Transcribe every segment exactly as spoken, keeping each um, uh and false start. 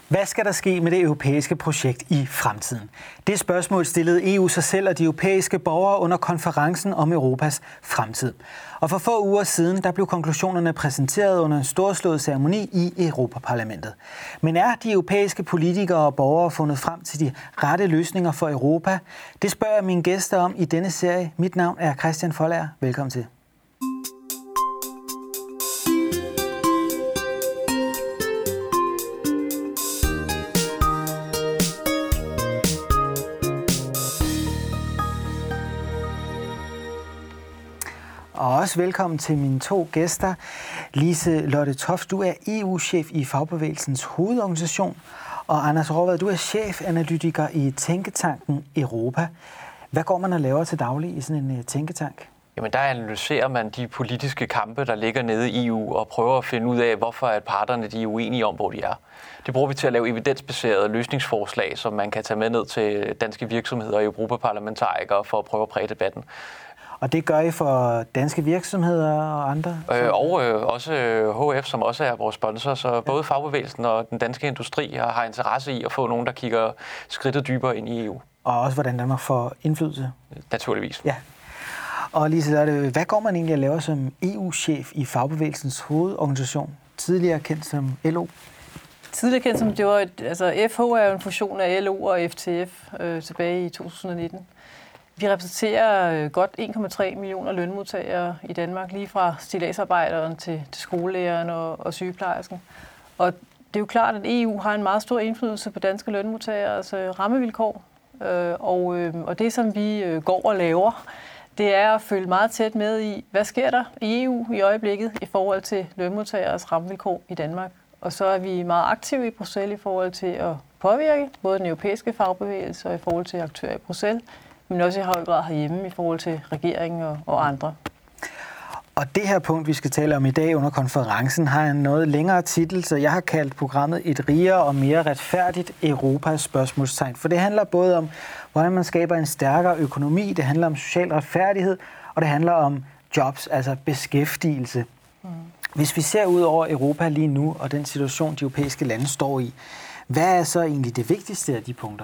Hvad skal der ske med det europæiske projekt i fremtiden? Det spørgsmål stillede E U sig selv og de europæiske borgere under konferencen om Europas fremtid. Og for få uger siden, der blev konklusionerne præsenteret under en storslået ceremoni i Europaparlamentet. Men er de europæiske politikere og borgere fundet frem til de rette løsninger for Europa? Det spørger jeg mine gæster om i denne serie. Mit navn er Christian Foldager. Velkommen til. Og også velkommen til mine to gæster. Lise Lotte Toft, du er E U-chef i Fagbevægelsens hovedorganisation, og Anders Raavad, du er chefanalytiker i Tænketanken Europa. Hvad går man og laver til daglig i sådan en tænketank? Jamen der analyserer man de politiske kampe, der ligger nede i E U, og prøver at finde ud af, hvorfor at parterne de er uenige om, hvor de er. Det bruger vi til at lave evidensbaserede løsningsforslag, som man kan tage med ned til danske virksomheder og europaparlamentarikere for at prøve at præge debatten. Og det gør I for danske virksomheder og andre? Øh, og øh, også H F, som også er vores sponsor. Så både fagbevægelsen og den danske industri har, har interesse i at få nogen, der kigger skridtet dybere ind i E U. Og også hvordan Danmark får indflydelse? Naturligvis. Ja. Og Lise Lotte, hvad går man egentlig at lave som E U-chef i Fagbevægelsens hovedorganisation, tidligere kendt som L O? Tidligere kendt som, det var et, altså F H er jo en fusion af L O og F T F øh, tilbage i to tusind nitten. Vi repræsenterer godt en komma tre millioner lønmodtagere i Danmark, lige fra stilladsarbejderen til, til skolelæreren og, og sygeplejersken. Og det er jo klart, at E U har en meget stor indflydelse på danske lønmodtagere, altså rammevilkår. Øh, og, øh, og det, som vi øh, går og laver, det er at følge meget tæt med i, hvad sker der i E U i øjeblikket i forhold til lønmodtageres rammevilkår i Danmark. Og så er vi meget aktive i Bruxelles i forhold til at påvirke både den europæiske fagbevægelse og i forhold til aktører i Bruxelles, men også i høj grad herhjemme i forhold til regeringen og, og andre. Og det her punkt, vi skal tale om i dag under konferencen, har en noget længere titel, så jeg har kaldt programmet Et rigere og mere retfærdigt Europas spørgsmålstegn. For det handler både om, hvordan man skaber en stærkere økonomi, det handler om social retfærdighed, og det handler om jobs, altså beskæftigelse. Mm. Hvis vi ser ud over Europa lige nu, og den situation, de europæiske lande står i, hvad er så egentlig det vigtigste af de punkter?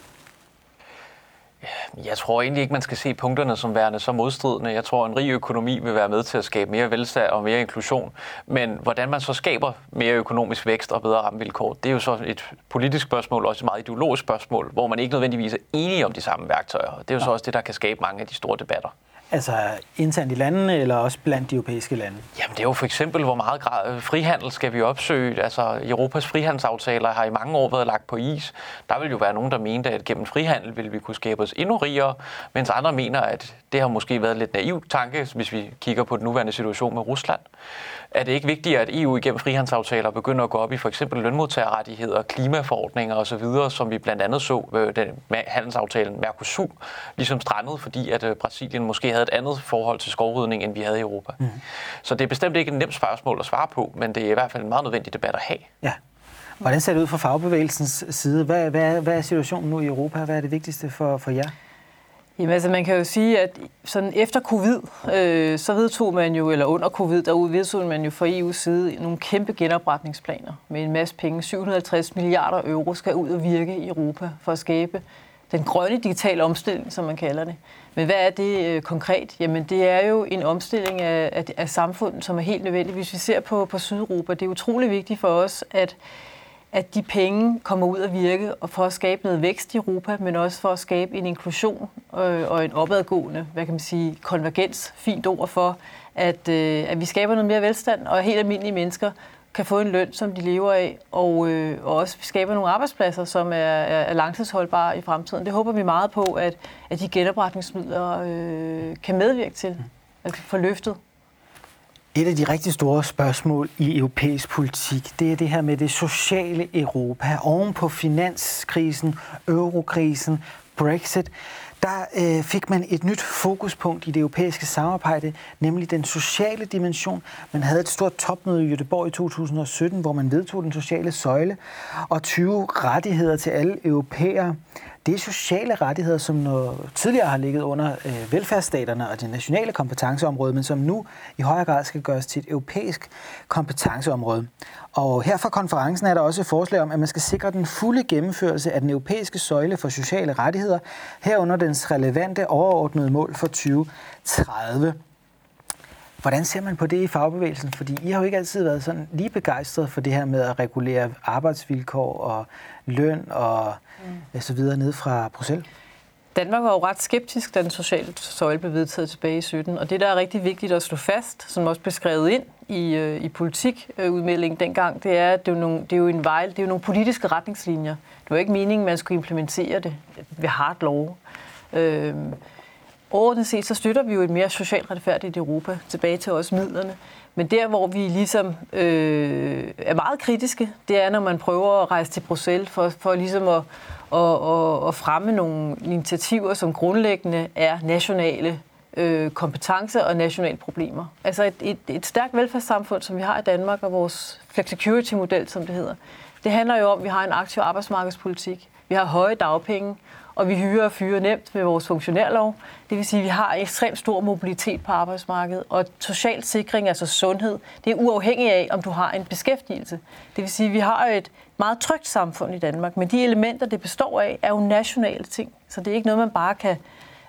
Jeg tror egentlig ikke, man skal se punkterne som værende så modstridende. Jeg tror, en rig økonomi vil være med til at skabe mere velstand og mere inklusion. Men hvordan man så skaber mere økonomisk vækst og bedre rammevilkår, det er jo så et politisk spørgsmål, også et meget ideologisk spørgsmål, hvor man ikke nødvendigvis er enige om de samme værktøjer. Det er jo så også det, der kan skabe mange af de store debatter. Altså internt i landene, eller også blandt de europæiske lande? Jamen det er jo for eksempel, hvor meget grad frihandel skal vi opsøge. Altså Europas frihandelsaftaler har i mange år været lagt på is. Der vil jo være nogen, der mente, at gennem frihandel ville vi kunne skabe os endnu rigere, mens andre mener, at det har måske været lidt naiv tanke, hvis vi kigger på den nuværende situation med Rusland. Er det ikke vigtigt, at E U igennem frihandelsaftaler begynder at gå op i for eksempel lønmodtagerrettigheder, klimaforordninger osv., som vi blandt andet så ved den handelsaftalen Mercosur, ligesom strandede, fordi at Brasilien måske havde et andet forhold til skovrydning, end vi havde i Europa. Mm. Så det er bestemt ikke et nemt spørgsmål at svare på, men det er i hvert fald en meget nødvendig debat at have. Ja. Hvordan ser det ud fra fagbevægelsens side? Hvad, hvad, hvad er situationen nu i Europa? Hvad er det vigtigste for, for jer? Jamen altså, man kan jo sige, at sådan efter covid, øh, så vedtog man jo, eller under covid, der vedtog man jo fra E U's side nogle kæmpe genopretningsplaner med en masse penge. syv hundrede og halvtreds milliarder euro skal ud og virke i Europa for at skabe den grønne digitale omstilling, som man kalder det. Men hvad er det øh, konkret? Jamen det er jo en omstilling af, af, af samfundet, som er helt nødvendig. Hvis vi ser på, på Sydeuropa, det er utrolig vigtigt for os, at at de penge kommer ud at virke og for at skabe noget vækst i Europa, men også for at skabe en inklusion øh, og en opadgående, hvad kan man sige, konvergens, fint ord for, at, øh, at vi skaber noget mere velstand, og helt almindelige mennesker kan få en løn, som de lever af, og, øh, og også skaber nogle arbejdspladser, som er, er, er langtidsholdbare i fremtiden. Det håber vi meget på, at, at de genopretningsmidler øh, kan medvirke til at få løftet. Et af de rigtig store spørgsmål i europæisk politik, det er det her med det sociale Europa. Oven på finanskrisen, eurokrisen, Brexit, der øh, fik man et nyt fokuspunkt i det europæiske samarbejde, nemlig den sociale dimension. Man havde et stort topmøde i Göteborg i to tusind og sytten, hvor man vedtog den sociale søjle og tyve rettigheder til alle europæere. det er sociale rettigheder, som noget tidligere har ligget under øh, velfærdsstaterne og det nationale kompetenceområde, men som nu i højere grad skal gøres til et europæisk kompetenceområde. Og her fra konferencen er der også et forslag om, at man skal sikre den fulde gennemførelse af den europæiske søjle for sociale rettigheder, herunder dens relevante overordnede mål for tyve tredive. Hvordan ser man på det i fagbevægelsen? Fordi I har jo ikke altid været sådan lige begejstret for det her med at regulere arbejdsvilkår og løn og mm. så videre ned fra Bruxelles. Danmark var jo ret skeptisk, da den sociale søjle blev vedtaget tilbage i sytten. Og det, der er rigtig vigtigt at slå fast, som også blev skrevet ind i, øh, i politikudmeldingen dengang, det er, at det er, nogle, det, er jo en vej, det er jo nogle politiske retningslinjer. Det var ikke meningen, at man skulle implementere det ved hard lov. Øh, Overordnet set, så støtter vi jo et mere socialt retfærdigt Europa, tilbage til også midlerne. Men der, hvor vi ligesom øh, er meget kritiske, det er, når man prøver at rejse til Bruxelles for, for ligesom at, at, at fremme nogle initiativer, som grundlæggende er nationale øh, kompetencer og nationale problemer. Altså et, et, et stærkt velfærdssamfund, som vi har i Danmark, og vores flexicurity-model, som det hedder, det handler jo om, at vi har en aktiv arbejdsmarkedspolitik. Vi har høje dagpenge, og vi hyrer og fyrer nemt med vores funktionærlov. Det vil sige, at vi har ekstremt stor mobilitet på arbejdsmarkedet, og social sikring, altså sundhed, det er uafhængigt af, om du har en beskæftigelse. Det vil sige, at vi har et meget trygt samfund i Danmark, men de elementer, det består af, er jo nationale ting. Så det er ikke noget, man bare kan,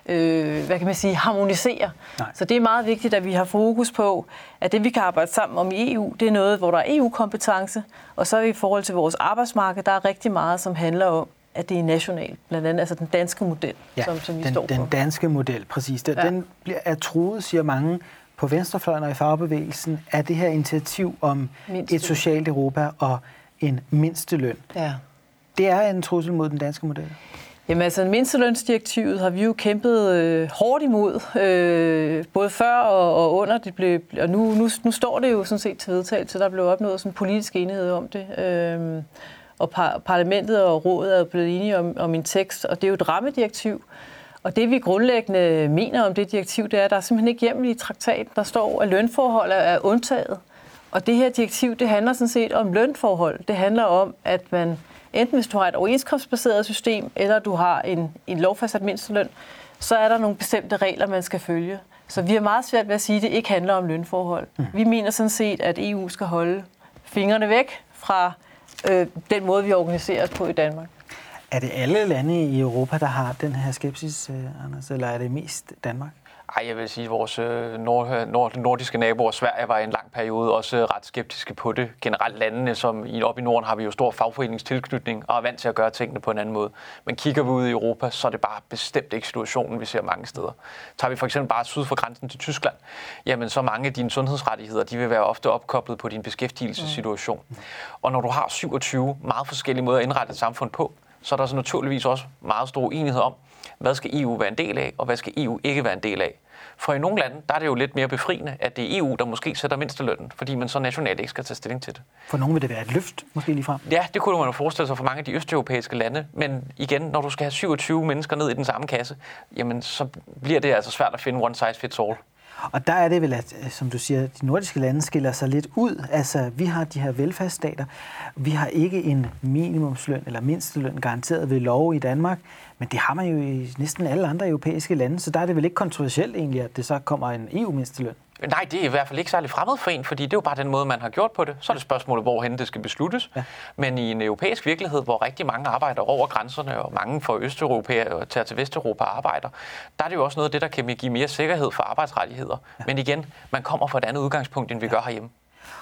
øh, hvad kan man sige, harmonisere. Nej. Så det er meget vigtigt, at vi har fokus på, at det, vi kan arbejde sammen om i E U, det er noget, hvor der er E U-kompetence, og så er vi i forhold til vores arbejdsmarked, der er rigtig meget, som handler om, at det er nationalt, blandt andet altså den danske model, ja, som, som vi den, står for. Den danske model, præcis. Den, ja. den bliver, er truet, siger mange på venstrefløjen og i fagbevægelsen, af det her initiativ om mindsteløn. Et socialt Europa og en mindsteløn. Ja. Det er en trussel mod den danske model. Jamen altså, mindstelønsdirektivet har vi jo kæmpet øh, hårdt imod, øh, både før og, og under det blev, og nu, nu, nu står det jo sådan set til vedtagelse, der blev opnået sådan en politisk enighed om det. Øh, Og par- parlamentet og rådet er blevet enige om, om en tekst, og det er jo et rammedirektiv. Og det vi grundlæggende mener om det direktiv, det er, at der er simpelthen ikke hjemmel i traktaten. Der står, at lønforhold er undtaget. Og det her direktiv, det handler sådan set om lønforhold. Det handler om, at man enten hvis du har et overenskomstbaseret system, eller du har en, en lovfastsat mindsteløn, så er der nogle bestemte regler, man skal følge. Så vi har meget svært ved at sige, at det ikke handler om lønforhold. Mm. Vi mener sådan set, at E U skal holde fingrene væk fra øh, den måde, vi organiserer os på i Danmark. Er det alle lande i Europa, der har den her skepsis, Anders, eller er det mest Danmark? Ej, jeg vil sige, at vores nord, nord, nordiske naboer, Sverige, var i en lang periode også ret skeptiske på det. Generelt landene, som oppe i Norden, har vi jo stor fagforeningstilknytning og er vant til at gøre tingene på en anden måde. Men kigger vi ud i Europa, så er det bare bestemt ikke situationen, vi ser mange steder. Tager vi for eksempel bare syd for grænsen til Tyskland, jamen så mange af dine sundhedsrettigheder, de vil være ofte opkoblet på din beskæftigelsessituation. Mm. Og når du har syvogtyve meget forskellige måder at indrette et samfund på, så er der så naturligvis også meget stor uenighed om, hvad skal E U være en del af, og hvad skal E U ikke være en del af. For i nogle lande, der er det jo lidt mere befriende, at det er E U, der måske sætter mindstelønnen, fordi man så nationalt ikke skal tage stilling til det. For nogle vil det være et løft, måske lige frem? Ja, det kunne man jo forestille sig for mange af de østeuropæiske lande. Men igen, når du skal have syvogtyve mennesker ned i den samme kasse, jamen så bliver det altså svært at finde one size fits all. Og der er det vel, at, som du siger, de nordiske lande skiller sig lidt ud. Altså, vi har de her velfærdsstater. Vi har ikke en minimumsløn eller mindsteløn garanteret ved lov i Danmark, men det har man jo i næsten alle andre europæiske lande, så der er det vel ikke kontroversielt egentlig, at det så kommer en E U-mindsteløn. Nej, det er i hvert fald ikke særlig fremmed for en, fordi det er jo bare den måde, man har gjort på det. Så er det spørgsmålet, hvorhen det skal besluttes. Ja. Men i en europæisk virkelighed, hvor rigtig mange arbejder over grænserne, og mange fra Østeuropa og tager til Vesteuropa arbejder, der er det jo også noget af det, der kan give mere sikkerhed for arbejdsrettigheder. Ja. Men igen, man kommer fra et andet udgangspunkt, end vi ja. gør herhjemme.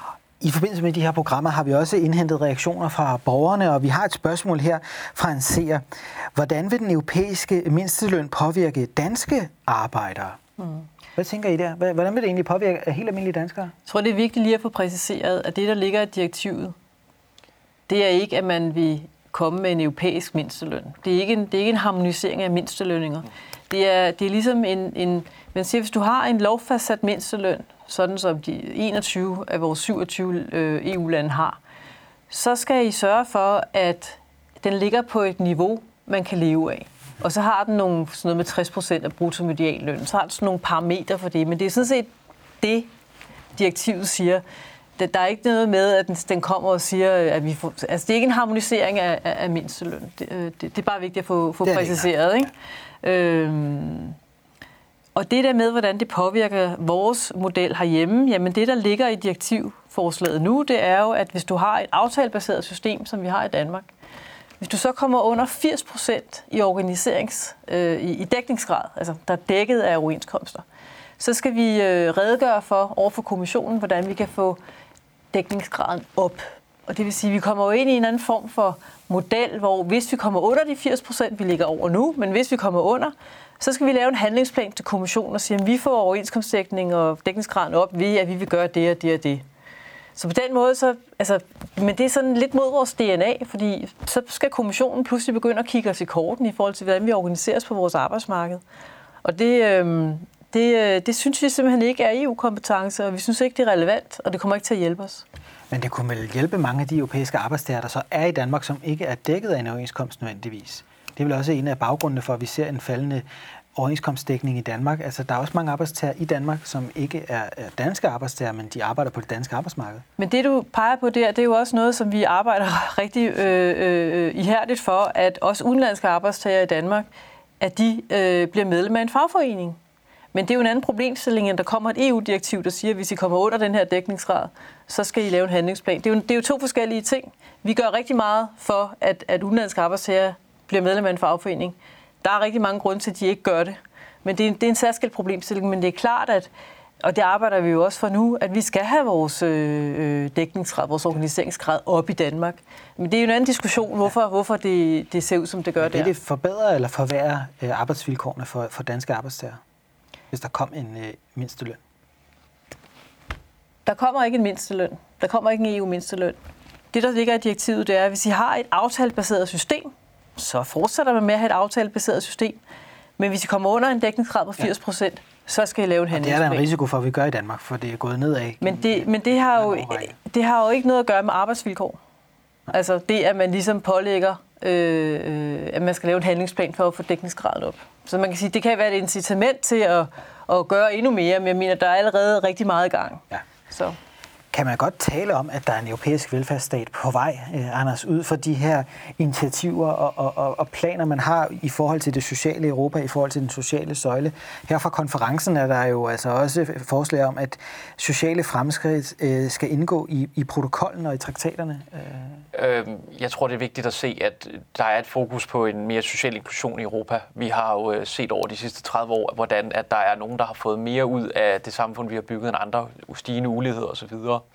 I forbindelse med de her programmer har vi også indhentet reaktioner fra borgerne, og vi har et spørgsmål her fra en seer. Hvordan vil den europæiske mindsteløn påvirke danske arbejdere? Mm. Hvad tænker I der? Hvordan vil det egentlig påvirke helt almindelige danskere? Jeg tror, det er vigtigt lige at få præciseret, at det, der ligger i direktivet, det er ikke, at man vil komme med en europæisk mindsteløn. Det er ikke en, det er ikke en harmonisering af mindstelønninger. Det er, det er ligesom en, en... Man siger, hvis du har en lovfastsat mindsteløn, sådan som de enogtyve af vores syvogtyve E U-lande har, så skal I sørge for, at den ligger på et niveau, man kan leve af. Og så har den nogle, sådan noget med tres procent af bruttomedianløn. Så har den sådan nogle parametre for det. Men det er sådan set det, direktivet siger. der er ikke noget med, at den, den kommer og siger, at vi får... Altså, det er ikke en harmonisering af, af, af mindsteløn. Det, det, det er bare vigtigt at få, få præciseret, ikke? Øhm, og det der med, hvordan det påvirker vores model herhjemme, jamen det, der ligger i direktivforslaget nu, det er jo, at hvis du har et aftalebaseret system, som vi har i Danmark, hvis du så kommer under firs procent i organiserings, øh, i, i dækningsgrad, altså der er dækket af overenskomster, så skal vi øh, redegøre for over for kommissionen, hvordan vi kan få dækningsgraden op. Og det vil sige, at vi kommer jo ind i en anden form for model, hvor hvis vi kommer under de firs procent, vi ligger over nu, men hvis vi kommer under, så skal vi lave en handlingsplan til kommissionen og sige, at vi får overenskomstdækning og dækningsgraden op ved, at vi vil gøre det og det og det. Så på den måde, så, altså, men det er sådan lidt mod vores D N A, fordi så skal kommissionen pludselig begynde at kigge os i korten i forhold til, hvordan vi organiseres på vores arbejdsmarked. Og det, øh, det, det synes vi simpelthen ikke er E U-kompetence, og vi synes ikke, det er relevant, og det kommer ikke til at hjælpe os. Men det kunne vel hjælpe mange af de europæiske arbejdstagere, der så er i Danmark, som ikke er dækket af en overenskomst nødvendigvis. Det er vel også en af baggrundene for, at vi ser en faldende overenskomstdækning i Danmark. Altså, der er også mange arbejdstagere i Danmark, som ikke er danske arbejdstagere, men de arbejder på det danske arbejdsmarked. Men det, du peger på der, det er jo også noget, som vi arbejder rigtig øh, øh, ihærdigt for, at også udenlandske arbejdstagere i Danmark, at de øh, bliver medlem af en fagforening. Men det er jo en anden problemstilling, end der kommer et E U-direktiv, der siger, at hvis I kommer under den her dækningsgrad, så skal I lave en handlingsplan. Det er jo, det er jo to forskellige ting. Vi gør rigtig meget for, at, at udenlandske arbejdstagere bliver medlem af en fagforening. Der er rigtig mange grunde til, at de ikke gør det. Men det er, det er en særskilt problemstilling, men det er klart, at, og det arbejder vi jo også for nu, at vi skal have vores øh, dækningsgrad, vores organiseringsgrad op i Danmark. Men det er jo en anden diskussion, hvorfor, hvorfor det, det ser ud, som det gør der. Vil det forbedre eller forværre øh, arbejdsvilkårene for, for danske arbejdstagere, hvis der kom en øh, mindsteløn? Der kommer ikke en mindsteløn. Der kommer ikke en E U-mindsteløn. Det, der ligger i direktivet, det er, at hvis I har et aftalebaseret system, så fortsætter man med at have et aftalebaseret system. Men hvis I kommer under en dækningsgrad på firs procent, ja, så skal I lave en handlingsplan. Det er der en risiko for, at vi gør i Danmark, for det er gået nedad. Men det, men det, har, jo, det har jo ikke noget at gøre med arbejdsvilkår. Nej. Altså det, at man ligesom pålægger, øh, øh, at man skal lave en handlingsplan for at få dækningsgraden op. Så man kan sige, det kan være et incitament til at, at gøre endnu mere, men jeg mener, der er allerede rigtig meget i gang. Ja. Så. Kan man godt tale om, at der er en europæisk velfærdsstat på vej, eh, Anders, ud for de her initiativer og, og, og planer, man har i forhold til det sociale Europa, i forhold til den sociale søjle? Her fra konferencen er der jo altså også forslag om, at sociale fremskridt eh, skal indgå i, i protokollen og i traktaterne. Øh, jeg tror, det er vigtigt at se, at der er et fokus på en mere social inklusion i Europa. Vi har jo set over de sidste tredive år, hvordan at der er nogen, der har fået mere ud af det samfund, vi har bygget, end andre, stigende ulighed osv.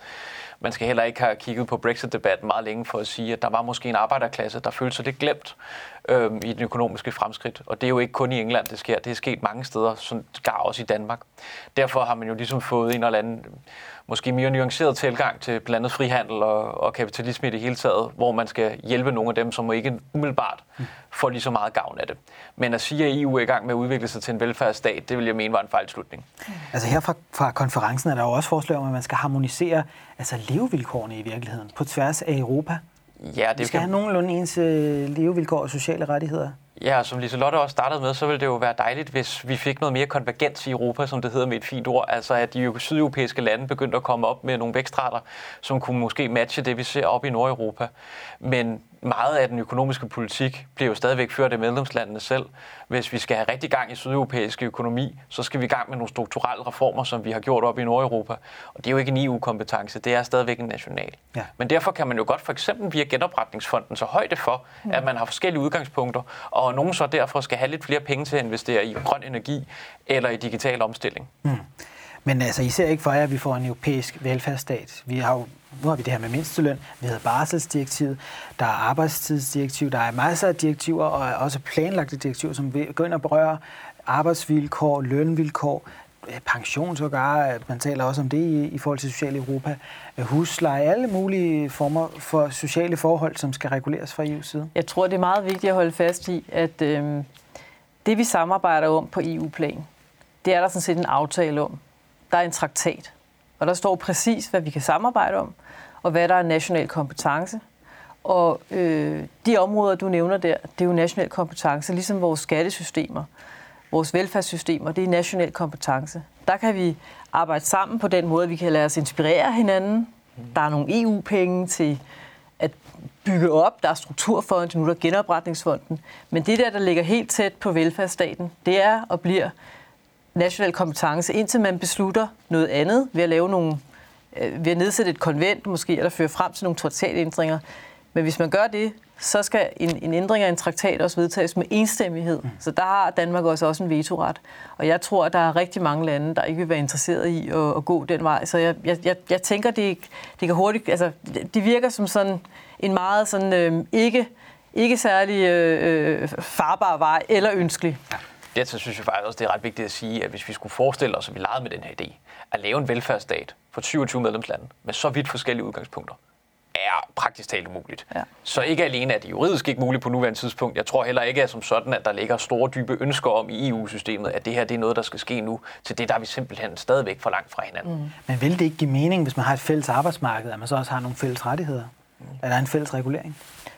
Man skal heller ikke have kigget på Brexit-debatten meget længe for at sige, at der var måske en arbejderklasse, der følte sig lidt glemt øh, i den økonomiske fremskridt. Og det er jo ikke kun i England, det sker. Det er sket mange steder, sågar også i Danmark. Derfor har man jo ligesom fået en eller anden måske mere nuanceret tilgang til blandt andet frihandel og, og kapitalisme i det hele taget, hvor man skal hjælpe nogle af dem, som ikke umiddelbart får lige så meget gavn af det. Men at sige, at E U er i gang med at udvikle sig til en velfærdsstat, det vil jeg mene var en fejlslutning. Altså her fra, fra konferencen er der jo også forslag om, at man skal harmonisere altså levevilkårene i virkeligheden på tværs af Europa. Ja, det vi skal kan... have nogenlunde ens levevilkår og sociale rettigheder. Ja, som Liselotte også startede med, så ville det jo være dejligt, hvis vi fik noget mere konvergens i Europa, som det hedder med et fint ord. Altså at de sydeuropæiske lande begyndte at komme op med nogle vækstrater, som kunne måske matche det, vi ser op i Nordeuropa. Men meget af den økonomiske politik bliver jo stadigvæk ført af medlemslandene selv. Hvis vi skal have rigtig gang i sydeuropæisk økonomi, så skal vi i gang med nogle strukturelle reformer, som vi har gjort op i Nordeuropa. Og det er jo ikke en E U-kompetence, det er stadigvæk en national. Ja. Men derfor kan man jo godt for eksempel via genopretningsfonden så højde for, at man har forskellige udgangspunkter, og nogen så derfor skal have lidt flere penge til at investere i grøn energi eller i digital omstilling. Mm. Men altså, I ser ikke for jer, at vi får en europæisk velfærdsstat. Vi har jo, nu har vi det her med mindsteløn, vi har barselsdirektivet, der er arbejdstidsdirektiv, der er masser af direktiver, og også planlagte direktiver, som går ind og berører arbejdsvilkår, lønvilkår, pension sågar, man taler også om det i, i forhold til sociale Europa, husleje, alle mulige former for sociale forhold, som skal reguleres fra E U's side. Jeg tror, det er meget vigtigt at holde fast i, at øh, det vi samarbejder om på E U-plan, det er der sådan set en aftale om. Der er en traktat, og der står præcis, hvad vi kan samarbejde om, og hvad der er national kompetence. Og øh, de områder, du nævner der, det er jo national kompetence, ligesom vores skattesystemer, vores velfærdssystemer, det er national kompetence. Der kan vi arbejde sammen på den måde, vi kan lade os inspirere hinanden Der er nogle E U-penge til at bygge op. Der er strukturfonden, nu er der genopretningsfonden. Men det der, der ligger helt tæt på velfærdsstaten, det er og bliver national kompetence, indtil man beslutter noget andet ved at lave nogle, ved at nedsætte et konvent måske, eller føre frem til nogle traktatændringer. Men hvis man gør det, så skal en, en ændring af en traktat også vedtages med enstemmighed. Mm. Så der har Danmark også, også en vetoret. Og jeg tror, at der er rigtig mange lande, der ikke vil være interesseret i at, at gå den vej. Så jeg, jeg, jeg tænker, det, det kan hurtigt... Altså, det virker som sådan en meget sådan, øh, ikke, ikke særlig øh, farbar vej eller ønskelig. Ja. Det synes jeg faktisk også, det er ret vigtigt at sige, at hvis vi skulle forestille os, at vi legede med den her idé, at lave en velfærdsstat for syvogtyve medlemslande med så vidt forskellige udgangspunkter, er praktisk talt umuligt. Ja. Så ikke alene er det juridisk ikke muligt på nuværende tidspunkt. Jeg tror heller ikke, at som sådan, at der ligger store, dybe ønsker om i E U-systemet, at det her det er noget, der skal ske nu. Til det der er vi simpelthen stadigvæk for langt fra hinanden. Mm. Men vil det ikke give mening, hvis man har et fælles arbejdsmarked, at man så også har nogle fælles rettigheder? Mm. Er der en fælles regulering?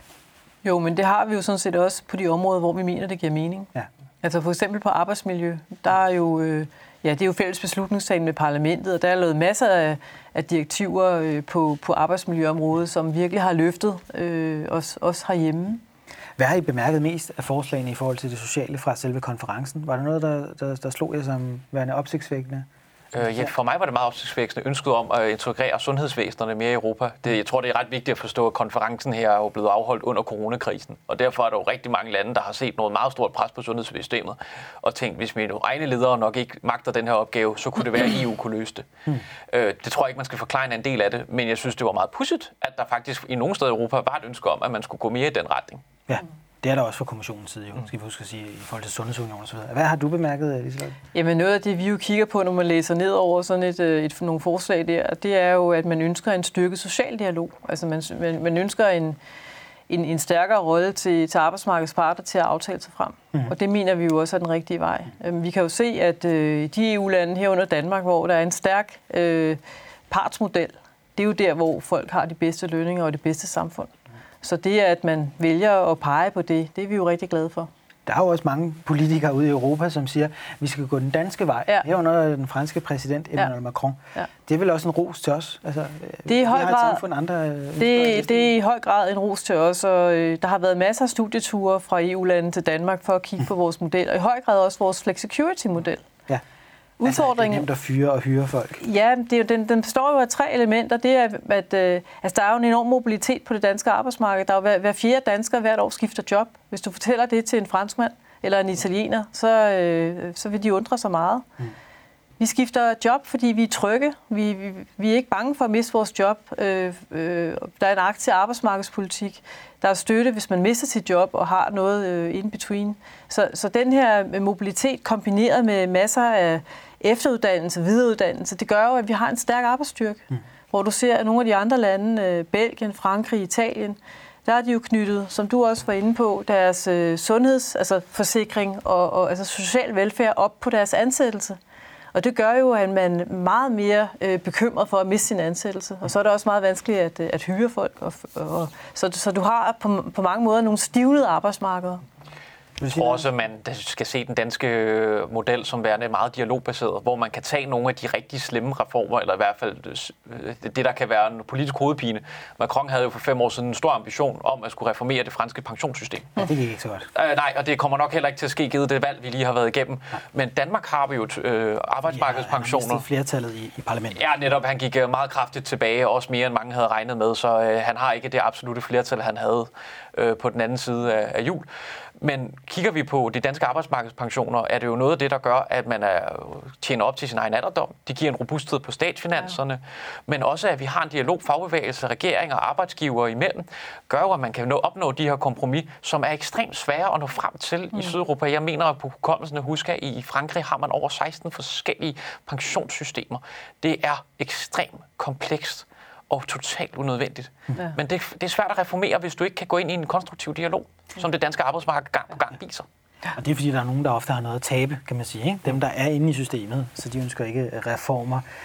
Jo, men det har vi jo sådan set også på de områder, hvor vi mener, det giver mening. Ja. Altså for eksempel på arbejdsmiljø, der er jo... Øh, Ja, det er jo fælles beslutningstagen med parlamentet, og der er lavet masser af, af direktiver øh, på, på arbejdsmiljøområdet, som virkelig har løftet øh, os, os herhjemme. Hvad har I bemærket mest af forslagene i forhold til det sociale fra selve konferencen? Var der noget, der, der, der slog jer som værende opsigtsvækkende? Øh, ja, for mig var det meget opsigtsvækkende ønsket om at integrere sundhedsvæsenerne mere i Europa. Det, jeg tror, det er ret vigtigt at forstå, at konferencen her er jo blevet afholdt under coronakrisen. Og derfor er der jo rigtig mange lande, der har set noget meget stort pres på sundhedssystemet. Og tænkt, hvis mine egne ledere nok ikke magter den her opgave, så kunne det være, at E U kunne løse det. Mm. Øh, det tror jeg ikke, man skal forklare en del af det. Men jeg synes, det var meget pudsigt, at der faktisk i nogle steder i Europa var et ønske om, at man skulle gå mere i den retning. Ja. Det er der også fra kommissionens side, jo, skal vi huske at sige, i forhold til sundhedsunion og så videre. Hvad har du bemærket, Liselotte? Jamen noget af det, vi jo kigger på, når man læser ned over sådan et, et, nogle forslag der, det er jo, at man ønsker en styrket social dialog. Altså man, man, man ønsker en, en, en stærkere rolle til, til arbejdsmarkedets parter til at aftale sig frem. Mm-hmm. Og det mener vi jo også er den rigtige vej. Vi kan jo se, at øh, de E U-lande herunder Danmark, hvor der er en stærk øh, partsmodel, det er jo der, hvor folk har de bedste lønninger og det bedste samfund. Så det, at man vælger at pege på det, det er vi jo rigtig glade for. Der er jo også mange politikere ude i Europa, som siger, at vi skal gå den danske vej. Ja. Herunder den franske præsident, Emmanuel ja. Macron. Ja. Det er vel også en ros til os? Altså, det er i høj grad, samfund, andre, det, det er i høj grad en ros til os, og øh, der har været masser af studieture fra E U-lande til Danmark for at kigge på vores model, og i høj grad også vores flexicurity-model. Ja. Udfordringen. Altså, det er nemt at fyre og hyre folk. Ja, det er jo, den, den består jo af tre elementer. Det er, at øh, altså, der er jo en enorm mobilitet på det danske arbejdsmarked. Der er jo hver, hver fjerde dansker hvert år skifter job. Hvis du fortæller det til en franskmand eller en italiener, så, øh, så vil de undre sig meget. Mm. Vi skifter job, fordi vi er trygge. Vi, vi, vi er ikke bange for at miste vores job. Øh, øh, der er en aktiv arbejdsmarkedspolitik. Der er støtte, hvis man mister sit job og har noget øh, in between. Så, så den her mobilitet kombineret med masser af efteruddannelse, videreuddannelse, det gør jo, at vi har en stærk arbejdsstyrke. Mm. Hvor du ser, at nogle af de andre lande, øh, Belgien, Frankrig, Italien, der er de jo knyttet, som du også var inde på, deres øh, sundheds, altså forsikring og, og altså social velfærd op på deres ansættelse. Og det gør jo, at man er meget mere øh, bekymret for at miste sin ansættelse. Og så er det også meget vanskeligt at, at hyre folk. Og, og, så, så du har på, på mange måder nogle stivnede arbejdsmarkeder. Jeg tror også, at man skal se den danske model som værende meget dialogbaseret, hvor man kan tage nogle af de rigtig slemme reformer, eller i hvert fald det, der kan være en politisk hovedpine. Macron havde jo for fem år siden en stor ambition om at skulle reformere det franske pensionssystem. Ja, det gik ikke så godt. Øh, nej, og det kommer nok heller ikke til at ske, givet det valg, vi lige har været igennem. Ja. Men Danmark har jo øh, arbejdsmarkedspensioner. Ja, han flertallet i, i parlamentet. Ja, netop. Han gik meget kraftigt tilbage, også mere end mange havde regnet med, så øh, han har ikke det absolute flertal, han havde øh, på den anden side af, af jul. Men kigger vi på de danske arbejdsmarkedspensioner, er det jo noget af det, der gør, at man er, tjener op til sin egen alderdom. De giver en robusthed på statsfinanserne, ja. Men også, at vi har en dialog, fagbevægelse, regeringer og arbejdsgivere imellem, gør jo, at man kan nå, opnå de her kompromis, som er ekstremt svære at nå frem til mm. i Sydeuropa. Jeg mener, at på hukommelsen at huske, at i Frankrig har man over seksten forskellige pensionssystemer. Det er ekstremt komplekst og totalt unødvendigt. Ja. Men det, det er svært at reformere, hvis du ikke kan gå ind i en konstruktiv dialog, som det danske arbejdsmarked gang på gang viser. Og det er fordi, der er nogen, der ofte har noget at tabe, kan man sige. Ikke? Dem, der er inde i systemet, så de ønsker ikke reformer.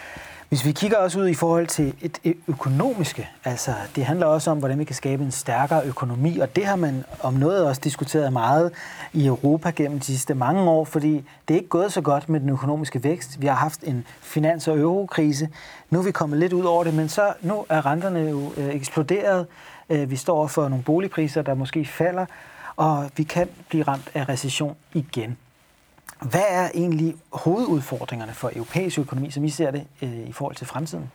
Hvis vi kigger også ud i forhold til et økonomiske, altså det handler også om, hvordan vi kan skabe en stærkere økonomi, og det har man om noget også diskuteret meget i Europa gennem de sidste mange år, fordi det er ikke gået så godt med den økonomiske vækst. Vi har haft en finans- og eurokrise. Nu er vi kommet lidt ud over det, men så nu er renterne jo øh, eksploderet. Vi står for nogle boligpriser, der måske falder, og vi kan blive ramt af recession igen. Hvad er egentlig hovedudfordringerne for europæisk økonomi, som I ser det øh, i forhold til fremtiden?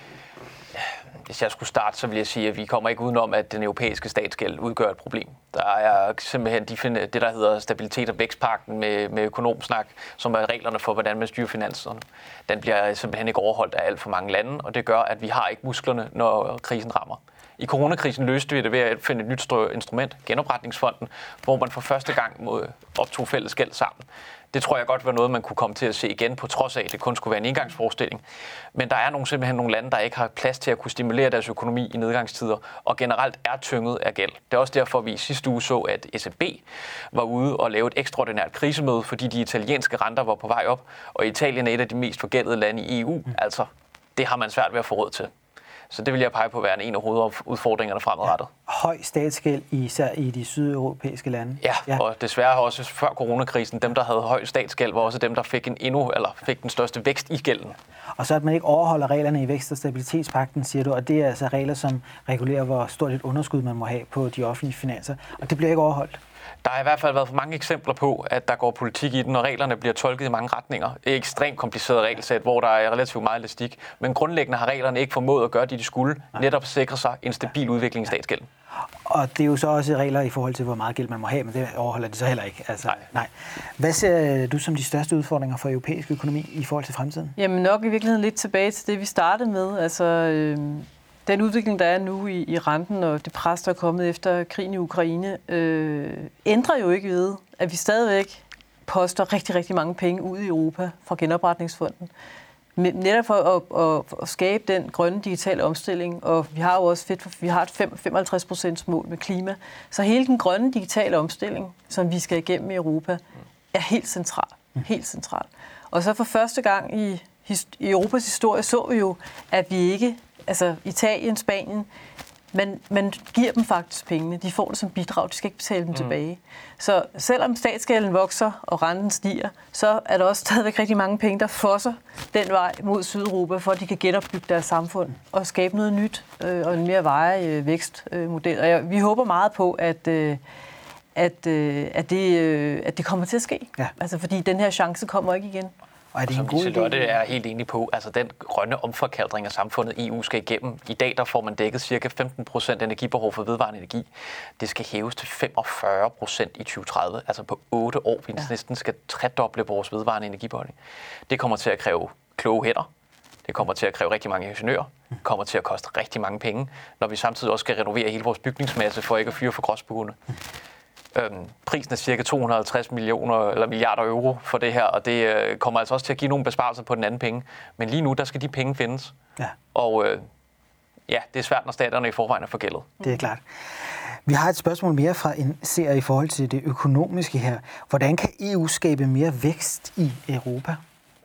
Hvis jeg skulle starte, så vil jeg sige, at vi kommer ikke udenom, at den europæiske statsgæld udgør et problem. Der er simpelthen de, det, der hedder stabilitet- og vækstpagten med, med økonomsnak, som er reglerne for, hvordan man styrer finanserne. Den bliver simpelthen ikke overholdt af alt for mange lande, og det gør, at vi har ikke musklerne, når krisen rammer. I coronakrisen løste vi det ved at finde et nyt instrument, genopretningsfonden, hvor man for første gang optog fælles gæld sammen. Det tror jeg godt var noget, man kunne komme til at se igen, på trods af, at det kun skulle være en engangsforestilling. Men der er nogle, simpelthen nogle lande, der ikke har plads til at kunne stimulere deres økonomi i nedgangstider, og generelt er tynget af gæld. Det er også derfor, vi i sidste uge så, at E C B var ude og lave et ekstraordinært krisemøde, fordi de italienske renter var på vej op, og Italien er et af de mest forgældede lande i E U. Mm. Altså, det har man svært ved at få råd til. Så det vil jeg pege på at være en af hovedudfordringerne fremadrettet. Ja, høj statsgæld, især i de sydeuropæiske lande. Ja, ja, og desværre også før coronakrisen, dem der havde høj statsgæld, var også dem, der fik en endnu, eller fik den største vækst i gælden. Og så at man ikke overholder reglerne i vækst- og stabilitetspagten, siger du, og det er altså regler, som regulerer, hvor stort et underskud man må have på de offentlige finanser, og det bliver ikke overholdt. Der har i hvert fald været for mange eksempler på, at der går politik i den, og reglerne bliver tolket i mange retninger. Det er et ekstremt kompliceret regelsæt, hvor der er relativt meget elastik. Men grundlæggende har reglerne ikke formået at gøre det, de skulle. Netop sikre sig en stabil udvikling i statsgælden. Og det er jo så også regler i forhold til, hvor meget gæld man må have, men det overholder de så heller ikke. Altså, nej. nej. Hvad ser du som de største udfordringer for europæisk økonomi i forhold til fremtiden? Jamen nok i virkeligheden lidt tilbage til det, vi startede med. Altså... Øh... Den udvikling, der er nu i, i renten, og det pres, der er kommet efter krigen i Ukraine, øh, ændrer jo ikke ved, at vi stadigvæk poster rigtig, rigtig mange penge ud i Europa fra genopretningsfonden. Men netop for at, at, at skabe den grønne digitale omstilling, og vi har jo også fedt, vi har et femoghalvtreds procent mål med klima, så hele den grønne digitale omstilling, som vi skal igennem i Europa, er helt central. Helt central. Og så for første gang i, i Europas historie så vi jo, at vi ikke altså Italien, Spanien, men man giver dem faktisk pengene. De får det som bidrag, de skal ikke betale dem mm. tilbage. Så selvom statsgælden vokser og renten stiger, så er der også stadigvæk rigtig mange penge, der fosser den vej mod Sydeuropa, for at de kan genopbygge deres samfund og skabe noget nyt øh, og en mere varig øh, vækstmodel. Og jeg, vi håber meget på, at, øh, at, øh, at, det, øh, at det kommer til at ske. Ja. Altså, fordi den her chance kommer ikke igen. Og er det som Liselotte er helt enig på, altså den grønne omforkaldring af samfundet E U skal igennem. I dag der får man dækket cirka femten procent energibehov for vedvarende energi. Det skal hæves til femogfyrre procent i tyve tredive, altså på otte år, vi ja. næsten skal tredoble vores vedvarende energibeholdning. Det kommer til at kræve kloge hænder. Det kommer til at kræve rigtig mange ingeniører. Det kommer til at koste rigtig mange penge, når vi samtidig også skal renovere hele vores bygningsmasse for ikke at fyre for gråsbuerne. Øhm, prisen er cirka to hundrede og halvtreds millioner eller milliarder euro for det her, og det øh, kommer altså også til at give nogle besparelser på den anden penge. Men lige nu, der skal de penge findes. Ja. Og øh, ja, det er svært, når staterne i forvejen er forgældet. Det er klart. Vi har et spørgsmål mere fra en serie i forhold til det økonomiske her. Hvordan kan E U skabe mere vækst i Europa?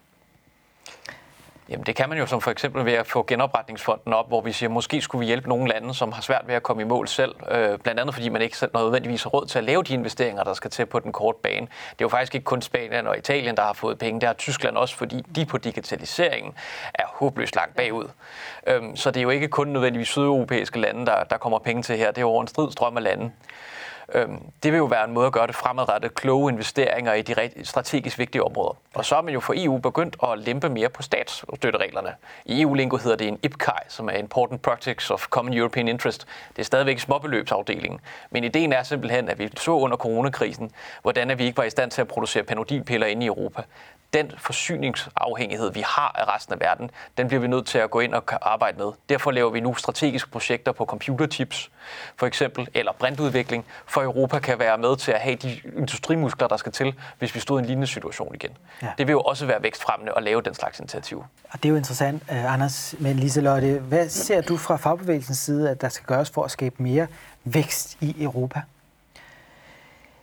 Jamen det kan man jo som for eksempel ved at få genopretningsfonden op, hvor vi siger, at måske skulle vi hjælpe nogle lande, som har svært ved at komme i mål selv. Øh, blandt andet fordi man ikke nødvendigvis har råd til at lave de investeringer, der skal til på den korte bane. Det er jo faktisk ikke kun Spanien og Italien, der har fået penge. Det har Tyskland også, fordi de på digitaliseringen er håbløst langt bagud. Øh, så det er jo ikke kun nødvendigvis sydeuropæiske lande, der, der kommer penge til her. Det er jo over en stridstrøm af lande. Det vil jo være en måde at gøre det fremadrettet, kloge investeringer i de strategisk vigtige områder. Og så er man jo for E U begyndt at lempe mere på statsstøttereglerne. I E U-lingo hedder det en I P C A I, som er Important Projects of Common European Interest. Det er stadigvæk småbeløbsafdelingen. Men ideen er simpelthen, at vi så under coronakrisen, hvordan vi ikke var i stand til at producere panodilpiller inde i Europa. Den forsyningsafhængighed, vi har af resten af verden, den bliver vi nødt til at gå ind og arbejde med. Derfor laver vi nu strategiske projekter på computerchips, for eksempel, eller brintudvikling, for Europa kan være med til at have de industrimuskler, der skal til, hvis vi stod i en lignende situation igen. Ja. Det vil jo også være vækstfremmende at lave den slags initiativ. Og det er jo interessant, Anders, men Liselotte, hvad ser du fra fagbevægelsens side, at der skal gøres for at skabe mere vækst i Europa?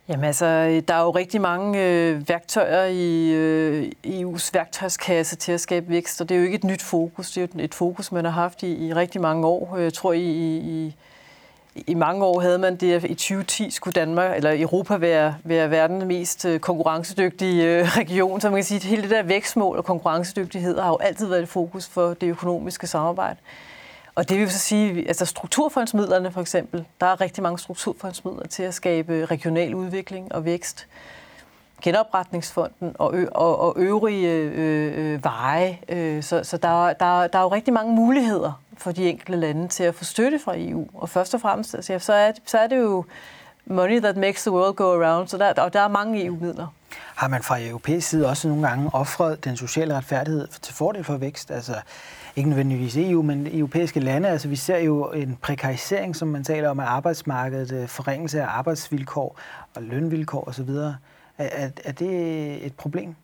Jamen altså, der er jo rigtig mange øh, værktøjer i øh, E U's værktøjskasse til at skabe vækst, og det er jo ikke et nyt fokus. Det er jo et fokus, man har haft i, i rigtig mange år. Jeg tror, i, i, i mange år havde man det, at i tyve ti skulle Danmark, eller Europa være, være verdens mest konkurrencedygtige øh, region. Så man kan sige, at hele det der vækstmål og konkurrencedygtighed har jo altid været et fokus for det økonomiske samarbejde. Og det vil så sige, altså strukturfondsmidlerne for eksempel, der er rigtig mange strukturfondsmidler til at skabe regional udvikling og vækst. Genopretningsfonden og, ø- og, og øvrige øh, øh, veje. Øh, så så der, der, der er jo rigtig mange muligheder for de enkelte lande til at få støtte fra E U. Og først og fremmest, altså, så, er, så er det jo money that makes the world go around, så der, og der er mange E U-midler. Har man fra europæisk side også nogle gange offret den sociale retfærdighed til fordel for vækst? Altså ikke nødvendigvis E U, men europæiske lande. Altså vi ser jo en prekarisering, som man taler om, af arbejdsmarkedet, forringelse af arbejdsvilkår og lønvilkår osv. Er, er, er det et problem?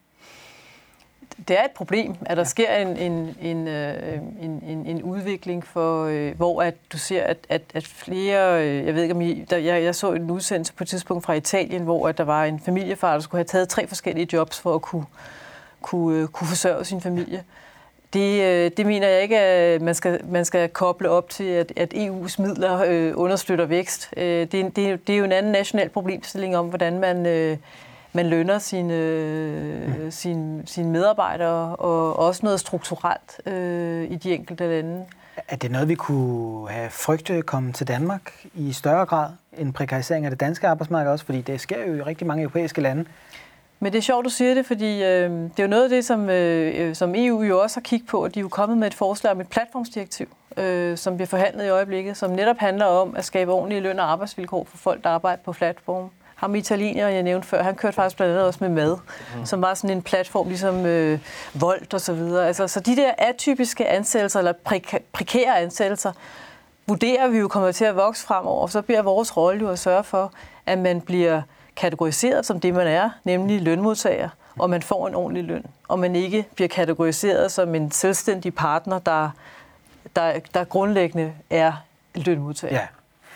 Det er et problem, at der ja. sker en, en, en, en, en, en udvikling, for, hvor at du ser, at, at, at flere... Jeg ved ikke, om I, der, jeg, jeg så en udsendelse på et tidspunkt fra Italien, hvor at der var en familiefar, der skulle have taget tre forskellige jobs for at kunne, kunne, kunne forsørge sin familie. Det, det mener jeg ikke, at man skal, man skal koble op til, at, at E U's midler øh, understøtter vækst. Det, det, det er jo en anden national problemstilling om, hvordan man... Øh, Man lønner sine, øh, sine, sine medarbejdere, og også noget strukturelt øh, i de enkelte lande. Er det noget, vi kunne have frygtet komme til Danmark i større grad end prekarisering af det danske arbejdsmarked også? Fordi det sker jo i rigtig mange europæiske lande. Men det er sjovt, du siger det, fordi øh, det er jo noget af det, som, øh, som E U jo også har kigget på, og de er jo kommet med et forslag om et platformsdirektiv, øh, som bliver forhandlet i øjeblikket, som netop handler om at skabe ordentlige løn- og arbejdsvilkår for folk, der arbejder på platform. Ham italiener, jeg nævnte før, han kørte faktisk blandt andet også med mad, mm. som var sådan en platform, ligesom øh, Volt og så videre. Altså, så de der atypiske ansættelser, eller preka- prekære ansættelser, vurderer vi jo kommer til at vokse fremover, og så bliver vores rolle jo at sørge for, at man bliver kategoriseret som det, man er, nemlig lønmodtager, og man får en ordentlig løn, og man ikke bliver kategoriseret som en selvstændig partner, der, der, der grundlæggende er lønmodtager. Ja.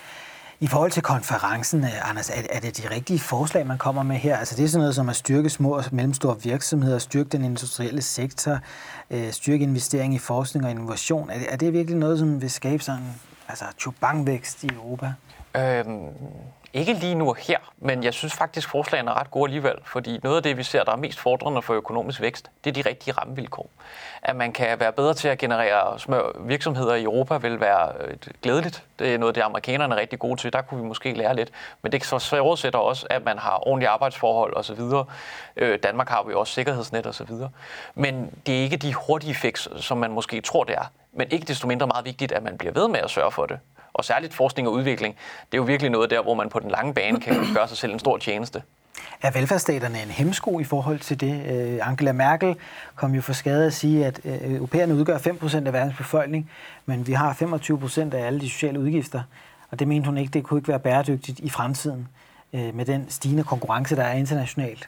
I forhold til konferencen, Anders, er det de rigtige forslag, man kommer med her? Altså det er sådan noget som at styrke små og mellemstore virksomheder, styrke den industrielle sektor, styrke investering i forskning og innovation. Er det, er det virkelig noget, som vil skabe sådan altså tjubangvækst i Europa? Øhm, ikke lige nu her, men jeg synes faktisk, forslagene er ret gode alligevel, fordi noget af det, vi ser, der er mest fordrende for økonomisk vækst, det er de rigtige rammevilkår. At man kan være bedre til at generere små virksomheder i Europa, vil være glædeligt. Det er noget, det amerikanerne er rigtig gode til. Der kunne vi måske lære lidt. Men det så forudsætter også, at man har ordentlige arbejdsforhold osv. Øh, Danmark har jo også sikkerhedsnet osv. Men det er ikke de hurtige fix, som man måske tror, det er. Men ikke desto mindre meget vigtigt, at man bliver ved med at sørge for det. Og særligt forskning og udvikling, det er jo virkelig noget der, hvor man på den lange bane kan gøre sig selv en stor tjeneste. Er velfærdsstaterne en hæmsko i forhold til det? Angela Merkel kom jo for skade at sige, at europæerne udgør fem procent af verdens befolkning, men vi har femogtyve procent af alle de sociale udgifter. Og det mente hun ikke, det kunne ikke være bæredygtigt i fremtiden med den stigende konkurrence, der er internationalt.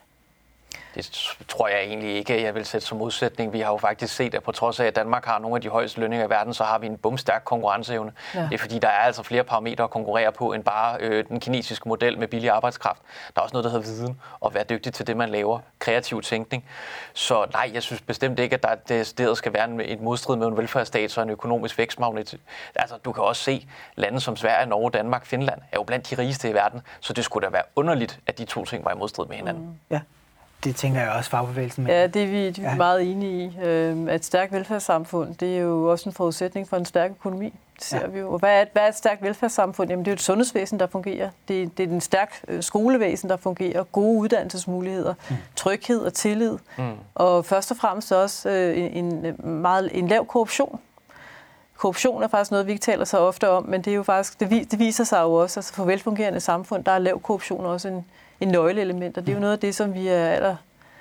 Det tror jeg egentlig ikke, jeg vil sætte som modsætning. Vi har jo faktisk set, at på trods af, at Danmark har nogle af de højeste lønninger i verden, så har vi en bumstærk konkurrenceevne. Ja. Det er fordi, der er altså flere parametre at konkurrere på, end bare øh, den kinesiske model med billig arbejdskraft. Der er også noget, der hedder viden, og være dygtig til det, man laver. Kreativ tænkning. Så nej, jeg synes bestemt ikke, at der decideret skal være et modstrid med en velfærdsstat og en økonomisk vækstmagnet. Altså, du kan også se, lande som Sverige, Norge, Danmark, Finland er jo blandt de rigeste i verden, så det skulle da være underligt, at de to ting var i modstrid med hinanden. Mm. Ja. Det tænker jeg også fagbevægelsen med. Ja, det er vi, det er vi ja. meget enige i. At et stærkt velfærdssamfund, det er jo også en forudsætning for en stærk økonomi. Det ser ja. vi jo. Og hvad er, et, hvad er et stærkt velfærdssamfund? Jamen, det er jo et sundhedsvæsen, der fungerer. Det er, det er en stærk skolevæsen, der fungerer. Gode uddannelsesmuligheder, mm. tryghed og tillid. Mm. Og først og fremmest også en, en, meget, en lav korruption. Korruption er faktisk noget, vi ikke taler så ofte om, men det er jo faktisk, det, det viser sig jo også, altså for velfungerende samfund, der er lav korruption også en en nøgleelement, og det er jo noget af det, som vi er aller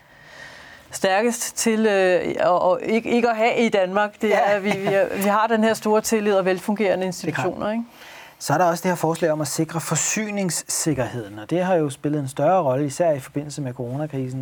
stærkest til øh, og, og ikke, ikke at have i Danmark. Det er, at vi, vi, er, vi har den her store tillid og velfungerende institutioner. Ikke? Så er der også det her forslag om at sikre forsyningssikkerheden, og det har jo spillet en større rolle, især i forbindelse med coronakrisen.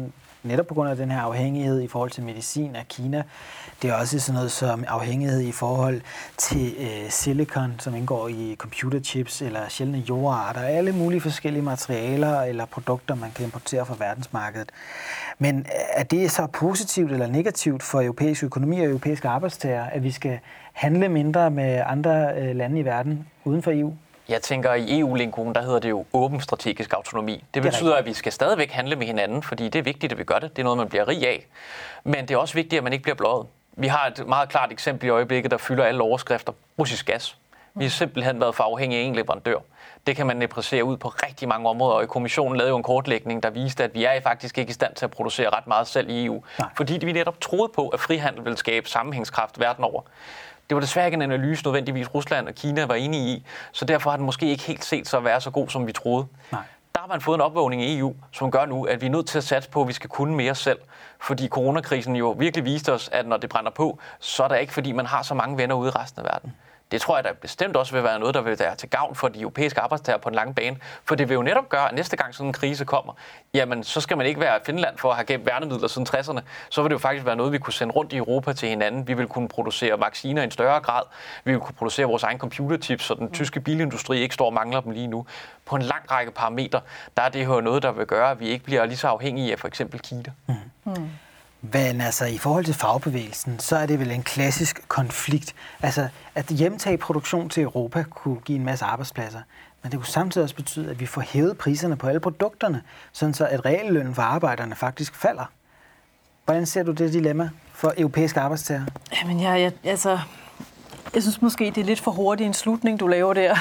netop på grund af den her afhængighed i forhold til medicin af Kina. Det er også sådan noget som afhængighed i forhold til øh, silicon, som indgår i computerchips eller sjældne jordarter, alle mulige forskellige materialer eller produkter, man kan importere fra verdensmarkedet. Men er det så positivt eller negativt for europæisk økonomi og europæiske arbejdstagere, at vi skal handle mindre med andre øh, lande i verden uden for E U? Jeg tænker, i E U-lingoen, der hedder det jo åben strategisk autonomi. Det betyder, det at vi skal stadigvæk handle med hinanden, fordi det er vigtigt, at vi gør det. Det er noget, man bliver rig af. Men det er også vigtigt, at man ikke bliver bløjet. Vi har et meget klart eksempel i øjeblikket, der fylder alle overskrifter. Russisk gas. Vi har simpelthen været for afhængige af en leverandør. Det kan man nepræsere ud på rigtig mange områder, og kommissionen lavede jo en kortlægning, der viste, at vi er faktisk ikke i stand til at producere ret meget selv i E U. Nej. Fordi vi netop troede på, at frihandel ville skabe sammenhængskraft verden over. Det var desværre ikke en analyse, nødvendigvis Rusland og Kina var enige i, så derfor har den måske ikke helt set sig at være så god, som vi troede. Nej. Der har man fået en opvågning i E U, som gør nu, at vi er nødt til at satse på, at vi skal kunne mere selv. Fordi coronakrisen jo virkelig viste os, at når det brænder på, så er det ikke, fordi man har så mange venner ude i resten af verden. Det tror jeg da bestemt også vil være noget, der vil være til gavn for de europæiske arbejdstagere på en lang bane. For det vil jo netop gøre, at næste gang sådan en krise kommer, jamen så skal man ikke være Finland for at have gemt værnemidler siden tresserne. Så vil det jo faktisk være noget, vi kunne sende rundt i Europa til hinanden. Vi vil kunne producere vacciner i en større grad. Vi vil kunne producere vores egen computerchips, så den tyske bilindustri ikke står og mangler dem lige nu. På en lang række parametre, der er det jo noget, der vil gøre, at vi ikke bliver lige så afhængige af for eksempel Kina. Mm. Mm. Men altså, i forhold til fagbevægelsen, så er det vel en klassisk konflikt. Altså, at hjemtage produktion til Europa kunne give en masse arbejdspladser, men det kunne samtidig også betyde, at vi får hævet priserne på alle produkterne, sådan så at reallønnen for arbejderne faktisk falder. Hvordan ser du det dilemma for europæiske arbejdstagere? Jamen, jeg, jeg, altså, jeg synes måske, det er lidt for hurtigt en slutning, du laver der.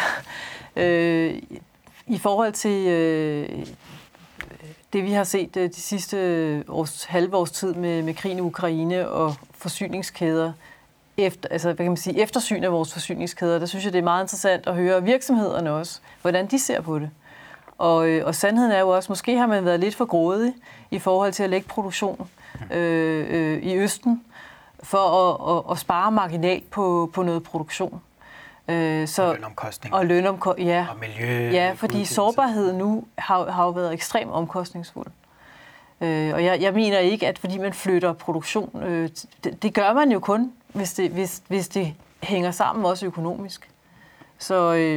øh, I forhold til... Øh, Det vi har set de sidste års, halve års tid med, med krigen i Ukraine og forsyningskæder, efter, altså hvad kan man sige, eftersyn af vores forsyningskæder, der synes jeg, det er meget interessant at høre virksomhederne også, hvordan de ser på det. Og, og sandheden er jo også, måske har man været lidt for grådig i forhold til at lægge produktion øh, øh, i Østen, for at, at, at spare marginalt på, på noget produktion. Øh, så, og lønomkostninger. Og, lønomko- ja. og miljø. Ja, fordi sårbarheden nu har, har jo været ekstremt omkostningsfuld. Øh, og jeg, jeg mener ikke, at fordi man flytter produktion, øh, det, det gør man jo kun, hvis det, hvis, hvis det hænger sammen også økonomisk. Så øh,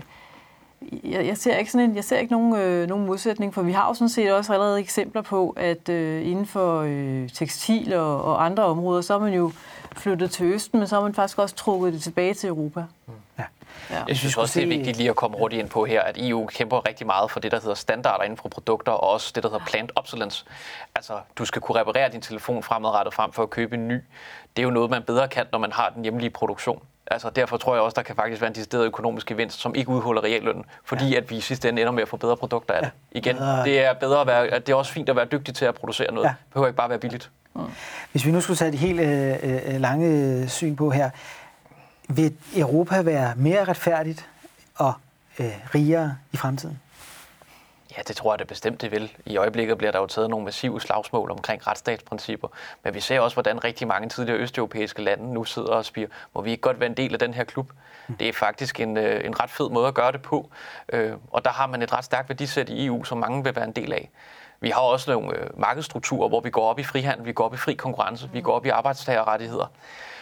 jeg, jeg ser ikke sådan en, jeg ser ikke nogen, øh, nogen modsætning, for vi har jo sådan set også allerede eksempler på, at øh, inden for øh, tekstil og, og andre områder, så har man jo flyttet til Østen, men så har man faktisk også trukket det tilbage til Europa. Mm. Ja. Ja. Jeg synes også, det er vigtigt lige at komme hurtigt ind på her, at E U kæmper rigtig meget for det, der hedder standarder inden for produkter, og også det, der hedder plant obsolescence. Altså, du skal kunne reparere din telefon fremadrettet frem for at købe en ny. Det er jo noget, man bedre kan, når man har den hjemlige produktion. Altså, derfor tror jeg også, der kan faktisk være en decideret økonomisk gevinst, som ikke udholder reallønnen, fordi ja. at vi i sidste ende ender med at få bedre produkter af det. Ja. Igen, det er, bedre at være, det er også fint at være dygtig til at producere noget. Ja. Det behøver ikke bare være billigt. Mm. Hvis vi nu skulle tage et helt øh, lange syn på her, vil Europa være mere retfærdigt og øh, rigere i fremtiden? Ja, det tror jeg det bestemt, det vil. I øjeblikket bliver der jo taget nogle massive slagsmål omkring retsstatsprincipper, men vi ser også, hvordan rigtig mange tidligere østeuropæiske lande nu sidder og spirer, må vi ikke godt være en del af den her klub? Mm. Det er faktisk en, en ret fed måde at gøre det på, og der har man et ret stærkt værdisæt i E U, som mange vil være en del af. Vi har også nogle markedsstrukturer, hvor vi går op i frihandel, vi går op i fri konkurrence, mm. vi går op i arbejdstagerrettigheder.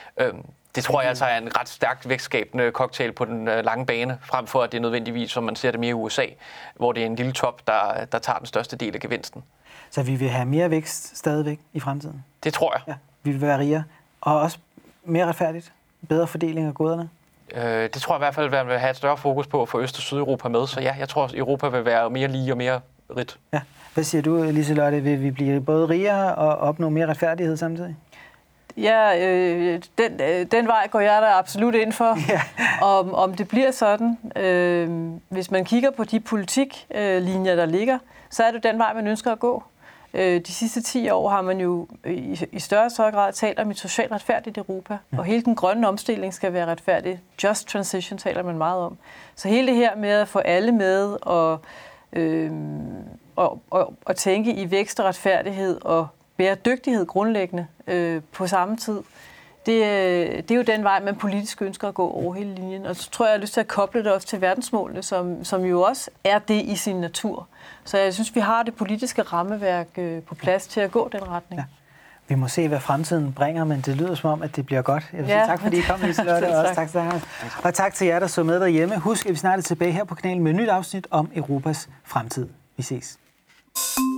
Det tror jeg altså er en ret stærkt vækstskabende cocktail på den lange bane, frem for at det er nødvendigvis, som man ser det mere i U S A, hvor det er en lille top, der, der tager den største del af gevinsten. Så vi vil have mere vækst stadigvæk i fremtiden? Det tror jeg. Ja, vi vil være rigere. Og også mere retfærdigt? Bedre fordeling af goderne? Øh, det tror jeg i hvert fald, at man vil have et større fokus på at få Øst- og Sydeuropa med. Så ja, jeg tror, at Europa vil være mere lige og mere rigt. Ja. Hvad siger du, Liselotte? Vil vi blive både rigere og opnå mere retfærdighed samtidig? Ja, øh, den, øh, den vej går jeg da absolut ind for. Ja. Om, om det bliver sådan, øh, hvis man kigger på de politiklinjer, der ligger, så er det den vej, man ønsker at gå. Øh, de sidste ti år har man jo i, i større større grad talt om et socialt retfærdigt Europa, ja. Og hele den grønne omstilling skal være retfærdig. Just transition taler man meget om. Så hele det her med at få alle med og, øh, og, og, og tænke i vækst og retfærdighed og bæredygtighed grundlæggende øh, på samme tid. Det, det er jo den vej, man politisk ønsker at gå over hele linjen. Og så tror jeg, jeg har lyst til at koble det også til verdensmålene, som, som jo også er det i sin natur. Så jeg synes, vi har det politiske rammeværk på plads til at gå den retning. Ja. Vi må se, hvad fremtiden bringer, men det lyder som om, at det bliver godt. Jeg vil sige ja. tak, fordi I kom, Liselotte, og også tak til jer. Og tak til jer, der så med derhjemme. Husk, at vi snart er tilbage her på kanalen med et nyt afsnit om Europas fremtid. Vi ses.